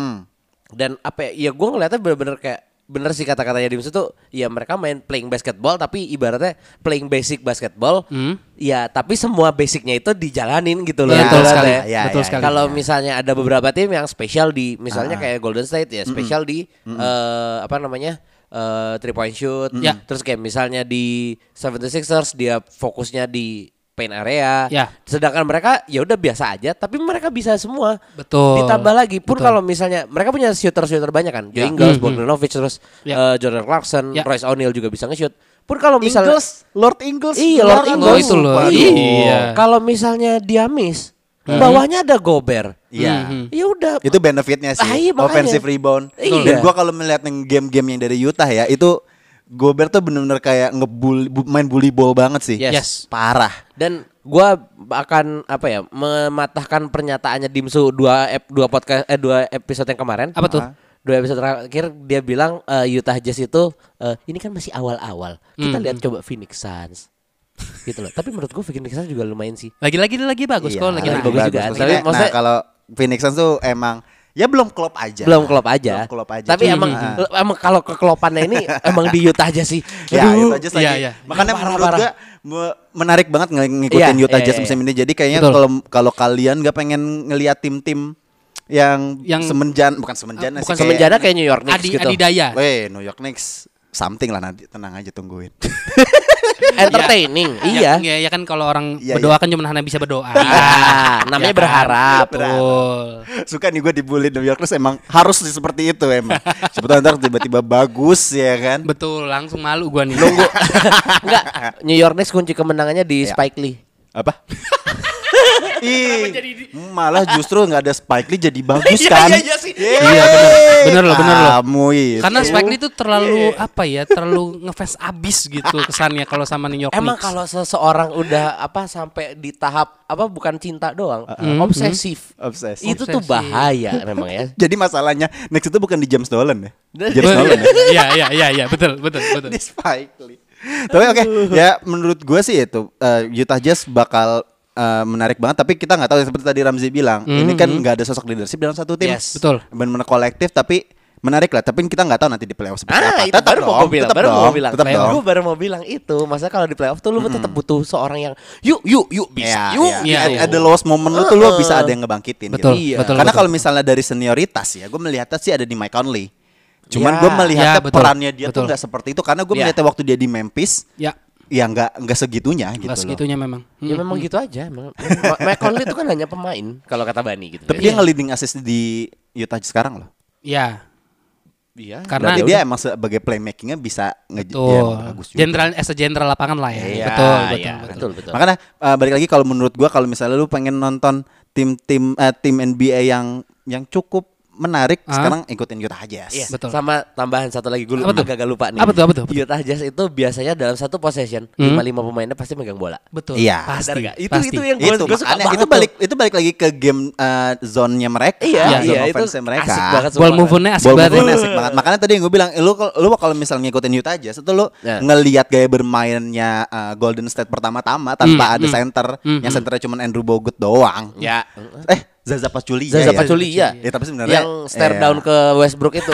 Dan apa ya gue ngeliatnya bener-bener kayak bener sih kata-katanya Dims itu ya mereka main playing basketball tapi ibaratnya playing basic basketball. Ya tapi semua basicnya itu dijalanin gitu loh. Betul sekali. Betul sekali. Kalau misalnya ada beberapa tim yang spesial di misalnya kayak Golden State ya spesial di apa namanya 3-point shoot. Terus kayak misalnya di 76ers dia fokusnya di paint area. Sedangkan mereka ya udah biasa aja tapi mereka bisa semua. Betul. Ditambah lagi pun kalau misalnya mereka punya shooter banyak kan. Joe Ingles, Bogdanovic terus Jordan Clarkson, Royce O'Neal juga bisa nge-shoot. Pun kalau misalnya Lord Ingles. Iya, Lord Ingles itu loh. Iya. Kalau misalnya dia miss bawahnya ada Gobert. Iya. Ya udah. Itu benefitnya sih. Iya, offensive rebound. Iya. Dan gua kalau melihat game-game yang dari Utah ya, itu Gobert tuh benar-benar kayak main bully ball banget sih. Yes. Parah. Dan gua akan apa ya mematahkan pernyataannya Dimsu dua episode yang kemarin. Apa tuh? 2 episode terakhir dia bilang Utah Jazz itu ini kan masih awal-awal. Kita lihat coba Phoenix Suns. Gitu loh. Tapi menurut gue Phoenix Suns juga lumayan sih. Lagi bagus kok, lagi bagus juga. Tapi maksudnya kalau Phoenix Suns tuh emang ya belum klop aja. Tapi emang kalau kekelopannya ini emang di Utah aja sih. Utah Jazz lagi. Makanya menurut gue menarik banget ngikutin Utah Jazz musim ini. Jadi kayaknya kalau kalian gak pengen ngelihat tim-tim yang bukan semenjana kayak New York Knicks gitu. Adidaya. New York Knicks something lah nanti, tenang aja tungguin. Entertaining, iya. Ya kan kalau orang berdoa kan cuma hanya bisa berdoa. Namanya berharap. Betul. Suka nih gue dibully New York Knicks emang harus seperti itu emang. Sebetulnya ntar tiba-tiba bagus ya kan. Betul, langsung malu gue nih. Nunggu. Enggak, New York Knicks kunci kemenangannya di Spike Lee. Apa? Malah justru nggak ada Spike Lee jadi bagus kan? Iya bener loh. Karena Spike Lee itu terlalu terlalu ngefans abis gitu kesannya kalau sama New York Knicks. Emang kalau seseorang udah sampai di tahap bukan cinta doang, obsesif. Itu tuh bahaya memang ya. Jadi masalahnya Knicks itu bukan di James Dolan ya. James Dolan ya. Iya betul. Di Spike Lee. Tapi oke, ya menurut gue sih itu Utah Jazz bakal menarik banget, tapi kita nggak tahu seperti tadi Ramzi bilang, ini kan nggak ada sosok leadership dalam satu tim. Betul. Benar-benar kolektif tapi menarik lah. Tapi kita nggak tahu nanti di playoff seperti apa. Itu baru mau bilang. Gue baru mau bilang itu. Masa kalau di playoff tuh lu tetap butuh seorang yang yuk bisa. Ada lowest moment lu tuh lu bisa ada yang ngebangkitin. Betul. Gitu. Karena kalau misalnya dari senioritas ya, gue melihatnya sih ada di Mike Conley. Cuman gue melihatnya perannya dia tuh nggak seperti itu karena gue melihatnya waktu dia di Memphis. Ya nggak segitunya gitu. Nggak segitunya memang. Ya memang gitu aja. Mike Conley itu kan hanya pemain kalau kata Bani gitu. Tapi dia nge-leading assist di Utah sekarang loh. Iya. Karena dia emang sebagai playmakingnya bisa bagus juga. General lapangan lah ya. Betul. Makanya balik lagi kalau menurut gua kalau misalnya lu pengen nonton tim NBA yang cukup menarik sekarang ikutin Utah Jazz. Yes. Betul. Sama tambahan satu lagi gue agak lupa nih. Apa tuh? Utah Jazz itu biasanya dalam satu possession 5 pemainnya pasti megang bola. Betul. Iya. Pasti. Itu yang gue suka banget. Itu balik lagi ke game zone-nya mereka. Zone offense mereka. Asik banget. Ball movement-nya asik banget. Makanya tadi yang gue bilang, lu kalau misalnya ngikutin Utah Jazz itu lu ngelihat gaya bermainnya Golden State pertama-tama tanpa ada center, yang centernya cuma Andrew Bogut doang. Ya. Zaza Pachulia ya. Tapi sebenarnya yang stare down ke Westbrook itu.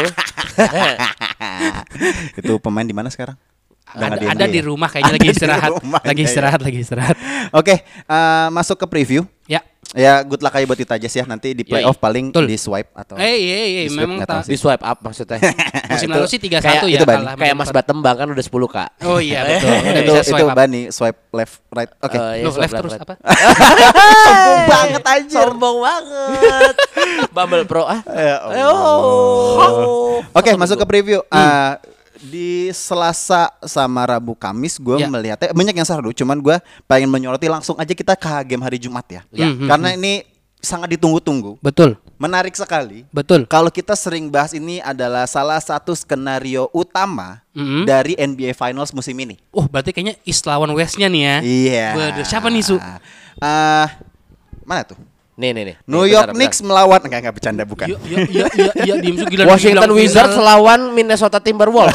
Itu pemain di mana sekarang? Ada di rumah kayaknya lagi istirahat. Oke, masuk ke preview. Ya good luck aja buat Utah Jazz ya. Nanti di playoff paling di swipe atau memang di swipe up maksudnya. Musim lalu sih 3-1 ya. Kayak Mas Batembang kan udah 10K. Oh iya betul. Itu Bani swipe left right. Oke. Left terus apa? Sombong banget aja. Sombong banget. Bumble Pro Oke, masuk ke preview. Di Selasa sama Rabu Kamis gue melihatnya banyak yang seru, cuman gue pengen menyoroti langsung aja kita ke game hari Jumat ya. Karena ini sangat ditunggu-tunggu. Betul. Menarik sekali. Betul. Kalau kita sering bahas ini adalah salah satu skenario utama dari NBA Finals musim ini. Oh, berarti kayaknya East lawan West-nya nih ya. Iya. Siapa nih, Su? Mana tuh? Nih. New York Knicks melawan enggak bercanda bukan. Iya, diem Su, gila. Washington Wizards lawan Minnesota Timberwolves.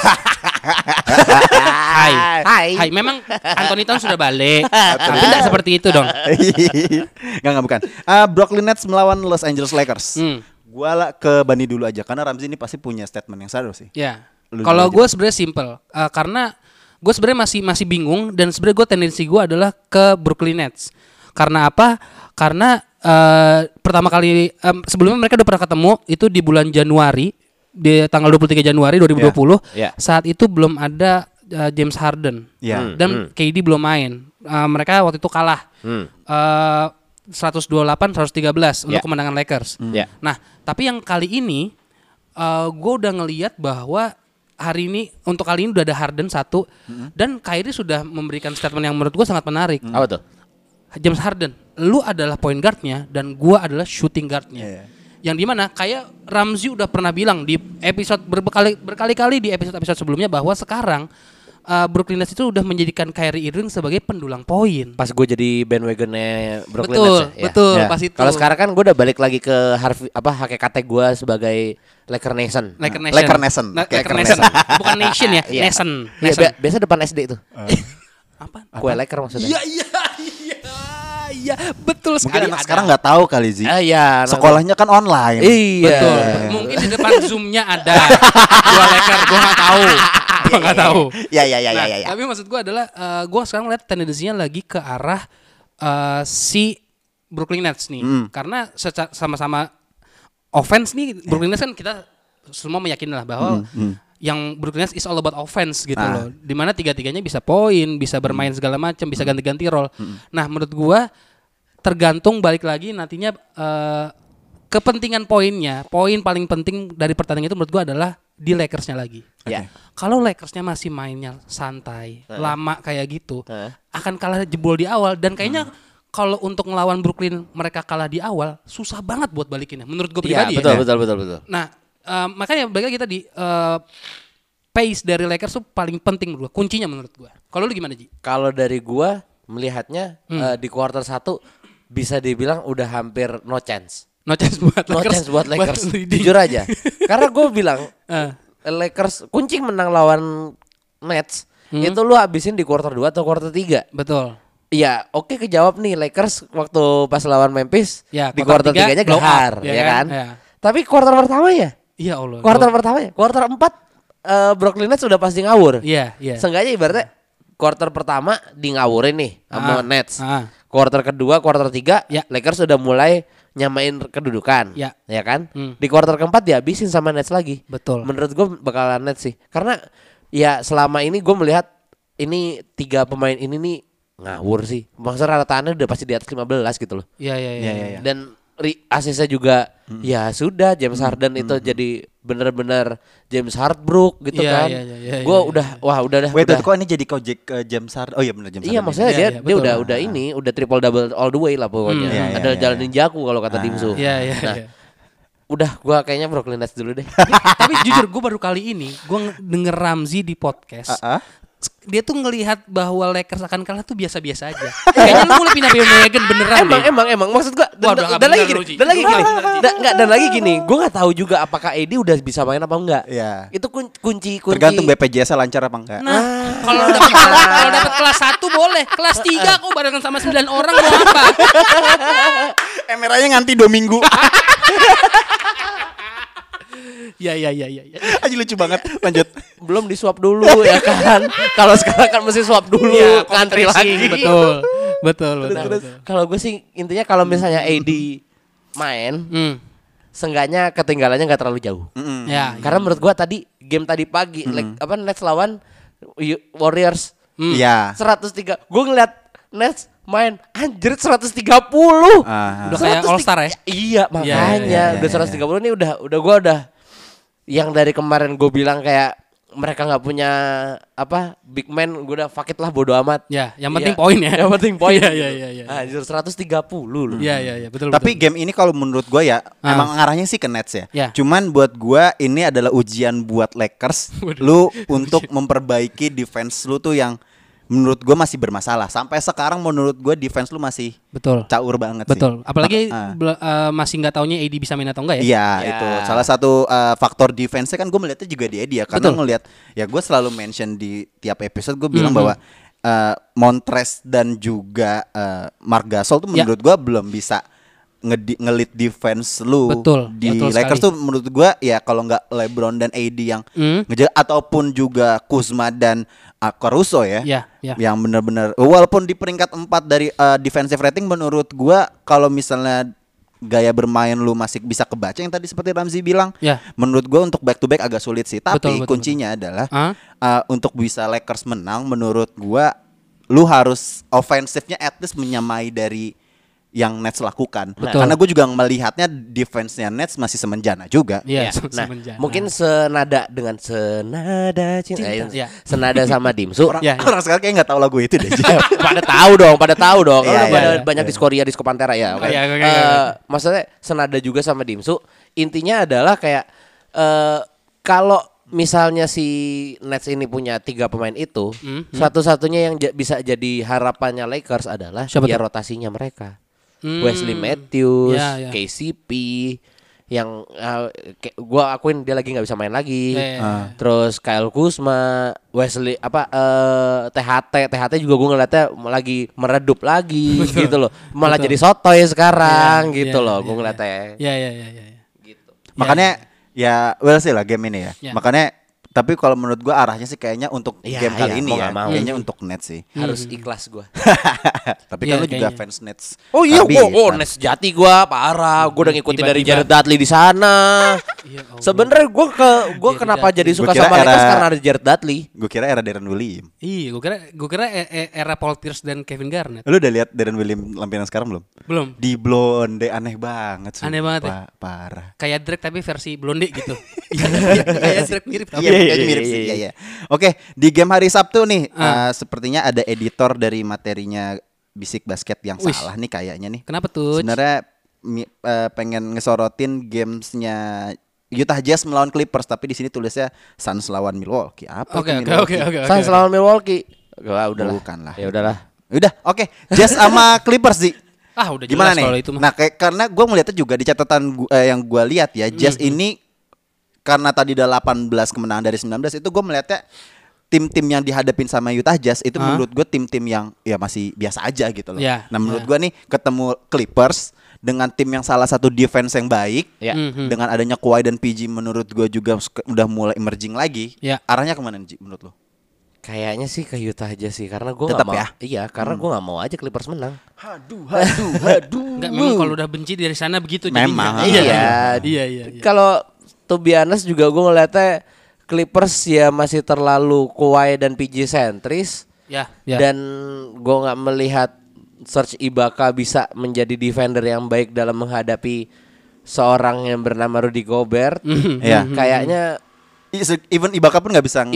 Hai. Memang Anthony Town sudah balik. Tapi tidak seperti itu dong. Enggak bukan. Brooklyn Nets melawan Los Angeles Lakers. Gua lah ke Bani dulu aja karena Ramzi ini pasti punya statement yang seru sih. Ya. Kalau gue sebenarnya simple. Karena gue sebenarnya masih bingung dan sebenarnya gue tendensi gue adalah ke Brooklyn Nets. Karena apa? Karena pertama kali sebelumnya mereka udah pernah ketemu itu di bulan Januari, di tanggal 23 Januari 2020. Saat itu belum ada James Harden dan KD belum main. Mereka waktu itu kalah 128-113 untuk kemenangan Lakers. Nah, tapi yang kali ini gue udah ngelihat bahwa untuk kali ini udah ada Harden satu dan Kyrie sudah memberikan statement yang menurut gue sangat menarik. Apa tuh? James Harden, lu adalah point guardnya dan gua adalah shooting guardnya. Yang dimana kayak Ramzi udah pernah bilang di episode berkali-kali di episode sebelumnya bahwa sekarang Brooklyn Nets itu udah menjadikan Kyrie Irving sebagai pendulang poin. Pas gue jadi bandwagonnya Brooklyn Nets ya. Betul, pas itu. Kalau sekarang kan gue udah balik lagi ke hakikatnya gue sebagai Laker Nation. Laker Nation. Bukan Nation ya, Nation. Biasa depan SD itu. Apa? Kue Laker maksudnya. Iya, betul sekali. Mungkin anak sekarang nggak tahu kali Zi. Iya. Sekolahnya kan online. Iya. Betul. Mungkin di depan Zoom-nya ada dua Laker, gue nggak tahu. Iya. Tapi maksud gue adalah gue sekarang lihat tendensinya lagi ke arah si Brooklyn Nets nih. Karena sama-sama offense nih Brooklyn Nets kan kita semua meyakini lah bahwa yang Brooklyn Nets is all about offense gitu loh. Dimana tiga-tiganya bisa poin, bisa bermain segala macam, bisa ganti-ganti role. Nah, menurut gua tergantung balik lagi nantinya kepentingan poinnya. Poin paling penting dari pertandingan itu menurut gua adalah di Lakersnya lagi. Kalau Lakersnya masih mainnya santai, lama kayak gitu, akan kalah jebol di awal dan kayaknya kalau untuk ngelawan Brooklyn mereka kalah di awal susah banget buat balikinnya. Menurut gua pribadi betul. Nah, makanya balik lagi tadi pace dari Lakers tuh paling penting menurut gue, kuncinya menurut gue. Kalau lu gimana Ji? Kalau dari gue melihatnya di kuarter 1 bisa dibilang udah hampir no chance buat Lakers. Jujur aja. Karena gue bilang Lakers kuncing menang lawan Nets itu lu habisin di kuarter 2 atau kuarter 3. Betul. Iya, oke kejawab nih Lakers waktu pas lawan Memphis di kuarter 3-nya gahar, ya kan? Ya. Tapi kuarter pertamanya iya Allah. Kuarter 4 Brooklyn Nets sudah pasti ngawur. Iya. Seenggaknya ibaratnya kuarter pertama di ngawurin nih sama Nets. Kuarter kedua, kuarter 3 Lakers sudah mulai nyamain kedudukan. Ya kan? Di kuarter keempat dihabisin sama Nets lagi. Betul. Menurut gue bakalan Nets sih. Karena ya selama ini gue melihat ini 3 pemain ini nih ngawur sih. Maksudnya rataannya udah pasti di atas 15 gitu loh. Iya. Dan asisnya juga ya sudah James Harden itu jadi benar-benar James Hardenbrook gitu kan. Gue udah Wait, kok ini jadi ke James Harden? Oh iya benar James Harden. Iya maksudnya dia udah ini udah triple double all the way lah pokoknya. Ada jalan ninjaku kalau kata Dimsu. Iya. Udah gue kayaknya Brooklyn Nets dulu deh. Tapi jujur gue baru kali ini gue denger Ramzi di podcast. Dia tuh ngelihat bahwa Lakers akan kalah tuh biasa-biasa aja. Kayaknya lu mulai pindah bandwagon beneran deh. Emang maksud gua dan lagi gini, gua nggak tahu juga apakah AD udah bisa main apa enggak. Iya. Itu kunci. Tergantung BPJS lancar apa enggak. Nah, kalau dapat kelas 1 boleh, kelas 3 kok barengan sama 9 orang mau apa? MRI-nya nganti 2 minggu. Iya. Aji lucu banget. Lanjut. Belum disuap dulu ya kan. Kalau sekarang kan mesti suap dulu, ngantri lagi. Betul. Kalau gue sih intinya kalau misalnya AD main, seenggaknya ketinggalannya nggak terlalu jauh. Karena menurut gue game tadi pagi Nets lawan Warriors. 103. Gue ngeliat Nets main anjir 130. Udah kayak All Star ya? Iya, makanya udah 130 nih udah yang dari kemarin gue bilang kayak mereka nggak punya apa big man, gue udah fuck it lah, bodo amat. Ya, yang penting poin ya. Yang penting poin. Iya, gitu. iya, iya. Anjir 130 loh. Iya, betul. Tapi game ini kalau menurut gue ya emang ngarahnya sih ke Nets ya. Ya. Cuman buat gue ini adalah ujian buat Lakers lu untuk memperbaiki defense lu tuh yang menurut gue masih bermasalah. Sampai sekarang menurut gue defense lu masih betul. caur banget sih. Betul. Apalagi masih nggak taunya AD bisa main atau enggak ya? Iya, itu salah satu faktor defense-nya kan gue melihatnya juga di AD ya. Karena ngelihat ya gue selalu mention di tiap episode gue bilang bahwa Montrezl dan juga Marc Gasol tuh menurut gue belum bisa ngelit defense lu di Lakers tuh menurut gua ya kalau nggak LeBron dan AD yang ngejaga ataupun juga Kuzma dan Caruso ya. Yang benar-benar walaupun di peringkat 4 dari defensive rating menurut gua kalau misalnya gaya bermain lu masih bisa kebaca yang tadi seperti Ramzi bilang. Menurut gua untuk back to back agak sulit sih, tapi kuncinya adalah untuk bisa Lakers menang menurut gua lu harus ofensifnya at least menyamai dari yang Nets lakukan. Karena gue juga melihatnya defense-nya Nets masih semenjana juga. Mungkin senada dengan senada cinta. Senada sama Dimsu. Orang sekarang kayak nggak tahu lagu itu deh. pada tahu dong. Banyak di Pantera ya. Maksudnya senada juga sama Dimsu. Intinya adalah kayak kalau misalnya si Nets ini punya 3 pemain itu, satu-satunya yang bisa jadi harapannya Lakers adalah rotasinya mereka. Wesley Matthews, KCP, yang gue akuin dia lagi nggak bisa main lagi. Terus Kyle Kuzma, Wesley THT juga gue ngeliatnya lagi meredup lagi gitu loh. Malah jadi sotoy sekarang gitu loh gue ngeliatnya. Gitu. Makanya ya well sih lah game ini ya. Makanya tapi kalau menurut gua arahnya sih kayaknya untuk game kali ini ya, kayaknya untuk Nets sih. Harus ikhlas gua. Tapi kan lu juga fans Nets. Oh iya, Nets jati gua parah. Gua udah ngikutin dari Jared Dudley di sana. Sebenarnya gua kenapa jadi suka sama Lakers karena ada Jared Dudley. Gua kira era Deron Williams. Iya, gua kira era Paul Pierce dan Kevin Garnett. Lu udah lihat Deron Williams lampiran sekarang belum? Belum. Di blonde aneh banget. Aneh banget ya? Parah. Kayak Drake tapi versi blonde gitu. Kayak Drake mirip. Mirip sih. Iya. Oke, di game hari Sabtu nih sepertinya ada editor dari materinya Bisik Basket yang salah nih kayaknya nih. Kenapa tuh? Sebenarnya pengen ngesorotin gamesnya Utah Jazz melawan Clippers, tapi di sini tulisnya Suns lawan Milwaukee. Apa Oke. Suns lawan Milwaukee. Udahlah. Bukan lah. Ya udahlah. Udah, oke. Jazz sama Clippers sih. Udah gimana jelas nih? kalau itu mah. Nah, karena gue melihatnya juga di catatan yang gue lihat ya, Jazz ini karena tadi ada 18 kemenangan dari 19 itu gue melihatnya tim-tim yang dihadapin sama Utah Jazz itu menurut gue tim-tim yang ya masih biasa aja gitu loh. Nah menurut gue nih ketemu Clippers dengan tim yang salah satu defense yang baik, dengan adanya Kawhi dan PG menurut gue juga udah mulai emerging lagi. Arahnya kemana nih menurut lo? Kayaknya sih ke Utah aja sih karena gue tetap nggak mau. Ya? Iya karena gue nggak mau aja Clippers menang. Haduh. Enggak, memang kalau udah benci dari sana begitu. Memang. Iya. Kalau to be honest juga gue ngeliatnya Clippers ya masih terlalu Kawhi dan PG sentris. Dan gue nggak melihat Serge Ibaka bisa menjadi defender yang baik dalam menghadapi seorang yang bernama Rudy Gobert. Kayaknya even Ibaka pun nggak bisa.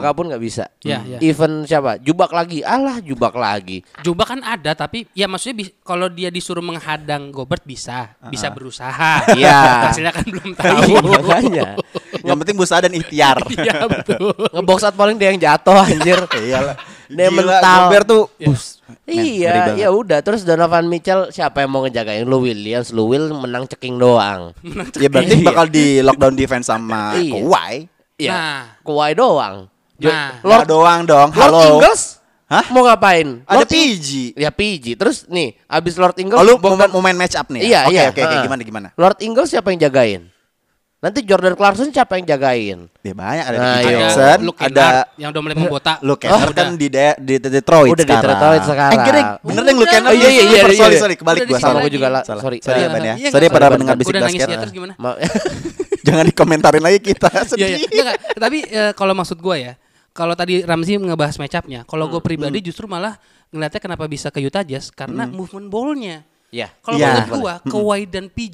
Even siapa? Jubak lagi. Jubak kan ada, tapi ya maksudnya kalau dia disuruh menghadang Gobert bisa berusaha. Hasilnya kan belum tahu. Makanya. Yang penting berusaha dan ikhtiar. Iya betul. Ngebox out paling dia yang jatuh anjir. Iyalah. Dia mental. Gobert tuh. Iya, ya udah. Terus Donovan Mitchell siapa yang mau ngejagain Lou Williams? Lou Will menang ceking doang. Ya berarti bakal di lockdown defense sama Kawhi. Iya, Kawhi doang. Lord doang dong. Lord Ingles? Hah? Mau ngapain? Ada PG. Ya PG. Terus nih, abis Lord Ingles. Lu mau main match up nih? Iya. Oke. Gimana? Lord Ingles siapa yang jagain? Nanti Jordan Clarkson siapa yang jagain? Ya banyak, ada Jackson, ada yang udah mulai membotak. Luke Kennard kan di Detroit udah sekarang. Di Detroit sekarang. Bener deh Luke Kennard. Iya. Sorry, kebalik gua. Sama gua juga lah. Sorry ya. Sorry pada pendengar Bisik Basket. Terus gimana? Jangan dikomentarin lagi kita. Sedih. Tapi kalau maksud gue ya, kalau tadi Ramzi ngebahas match up-nya, kalau gue pribadi justru malah ngeliatnya kenapa bisa ke Utah Jazz karena movement ball-nya. Kalau menurut gue, Kawhi dan PG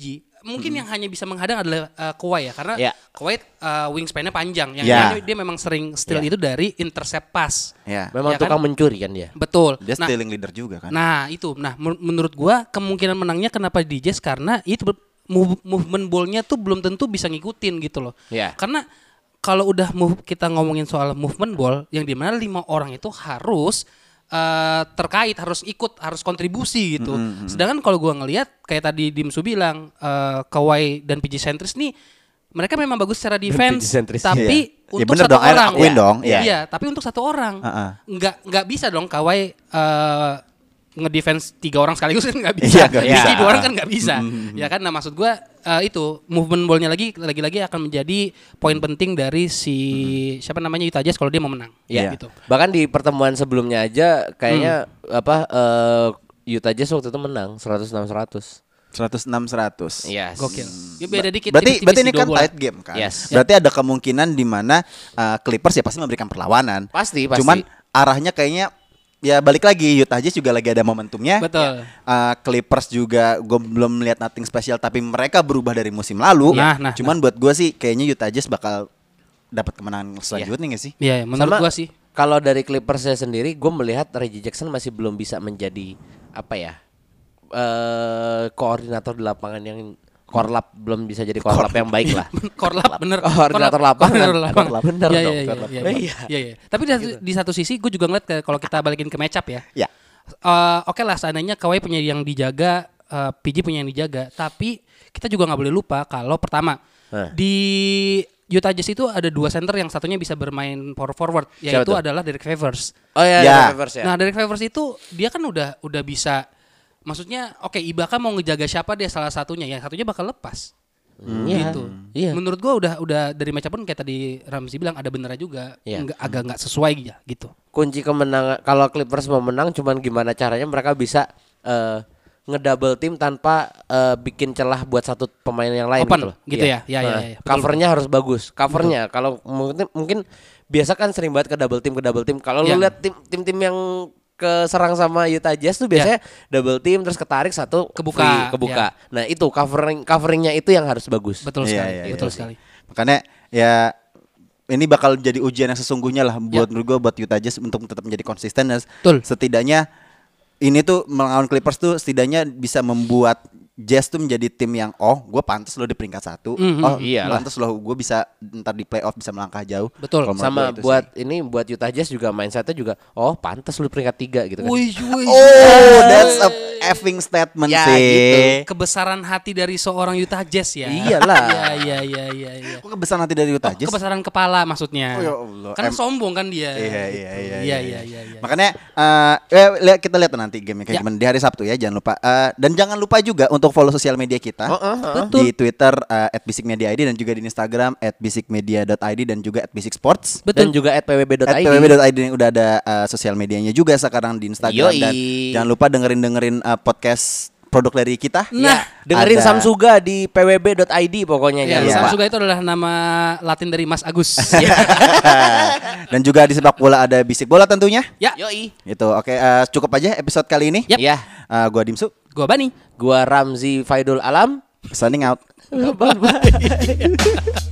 mungkin yang hanya bisa menghadang adalah Kawhi ya, karena Kawhi wingspan-nya panjang, yang dia memang sering steal itu dari intercept pass. Memang tukang mencuri kan dia. Betul. Dia stealing leader juga kan. Nah itu, menurut gua kemungkinan menangnya kenapa di Jazz karena itu movement ball-nya tuh belum tentu bisa ngikutin gitu loh. Karena kalau udah kita ngomongin soal movement ball, yang dimana 5 orang itu harus terkait, harus ikut, harus kontribusi gitu. Sedangkan kalau gua ngelihat kayak tadi Dimsu bilang, Kawhi dan PJ Centris nih mereka memang bagus secara defense, tapi untuk satu orang. Iya, tapi untuk satu orang. Nggak bisa dong Kawhi ngedefense 3 orang sekaligus kan nggak bisa. Rizky 2 orang kan nggak bisa. Ya kan, nah maksud gue itu movement ballnya lagi-lagi akan menjadi poin penting dari si siapa namanya Utah Jazz kalau dia mau menang. Gitu. Bahkan di pertemuan sebelumnya aja kayaknya Utah Jazz waktu itu menang 106-100. 106-100. Yes. Gokil. Ya beda dikit. Berarti ini kan tight game kan. Berarti ada kemungkinan di mana Clippers ya pasti memberikan perlawanan. Pasti. Cuman arahnya kayaknya ya balik lagi, Utah Jazz juga lagi ada momentumnya. Betul. Clippers juga gue belum melihat nothing special, tapi mereka berubah dari musim lalu. Cuman buat gue sih kayaknya Utah Jazz bakal dapat kemenangan selanjutnya nggak sih? Iya, menurut gue sih. Kalau dari Clippers sendiri, gue melihat Reggie Jackson masih belum bisa menjadi koordinator di lapangan yang korlap, belum bisa jadi korlap yang baik lah. Korlap bener. Koordinator lapangan. Bener dong. Iya. Tapi di satu sisi gue juga ngeliat kalau kita balikin ke matchup ya. Oke lah, seandainya Kawhi punya yang dijaga, PG punya yang dijaga, tapi kita juga nggak boleh lupa kalau pertama di Utah Jazz itu ada 2 center yang satunya bisa bermain power forward, yaitu adalah Derek Favors. Derek Favors ya. Nah, Derek Favors itu dia kan udah bisa. Maksudnya Ibaka mau ngejaga siapa, dia salah satunya, yang satunya bakal lepas. Gitu. Menurut gua udah dari matchup pun kayak tadi Ramzi bilang ada benernya juga. Agak nggak sesuai gitu. Kunci kemenangan kalau Clippers mau menang cuman gimana caranya mereka bisa ngedouble team tanpa bikin celah buat satu pemain yang lain Open, gitu ya. Covernya harus bagus. Covernya kalau mungkin biasa kan sering banget ke double team. Kalau lu lihat tim-tim yang keserang sama Utah Jazz tuh biasanya double team terus ketarik satu kebuka. Nah, itu coveringnya itu yang harus bagus. Betul sekali. Makanya ya ini bakal jadi ujian yang sesungguhnya lah menurut gue buat Utah Jazz untuk tetap menjadi konsisten. Setidaknya ini tuh melawan Clippers tuh setidaknya bisa membuat Jazz tuh menjadi tim yang gue pantas lo di peringkat 1. Pantas lo gue bisa ntar di playoff bisa melangkah jauh. Betul. Sama buat Utah Jazz juga mindsetnya juga pantas lo di peringkat 3 gitu kan. That's a effing statement sih. Gitu. Kebesaran hati dari seorang Utah Jazz ya. Iyalah. Iya. Kok kebesaran hati dari Utah Jazz? Kebesaran kepala maksudnya. Ya Allah. Kan sombong kan dia. Iya. Makanya kita lihat nanti game kayak gimana di hari Sabtu ya, jangan lupa. Dan jangan lupa juga untuk follow sosial media kita di Twitter @bisikmediaid dan juga di Instagram @bisikmedia.id dan juga @bisiksports. Dan juga @pwb.id. @pwb.id yang udah ada sosial medianya juga sekarang di Instagram. Dan jangan lupa dengerin podcast produk dari kita. Dengerin Samsuga di pwb.id pokoknya. Samsuga itu adalah nama Latin dari Mas Agus. Dan juga di sepak bola ada bisik bola tentunya. Itu oke, cukup aja episode kali ini. Gua Dimsu, gua Bani, gua Ramzi Faidul Alam, signing out. Bye.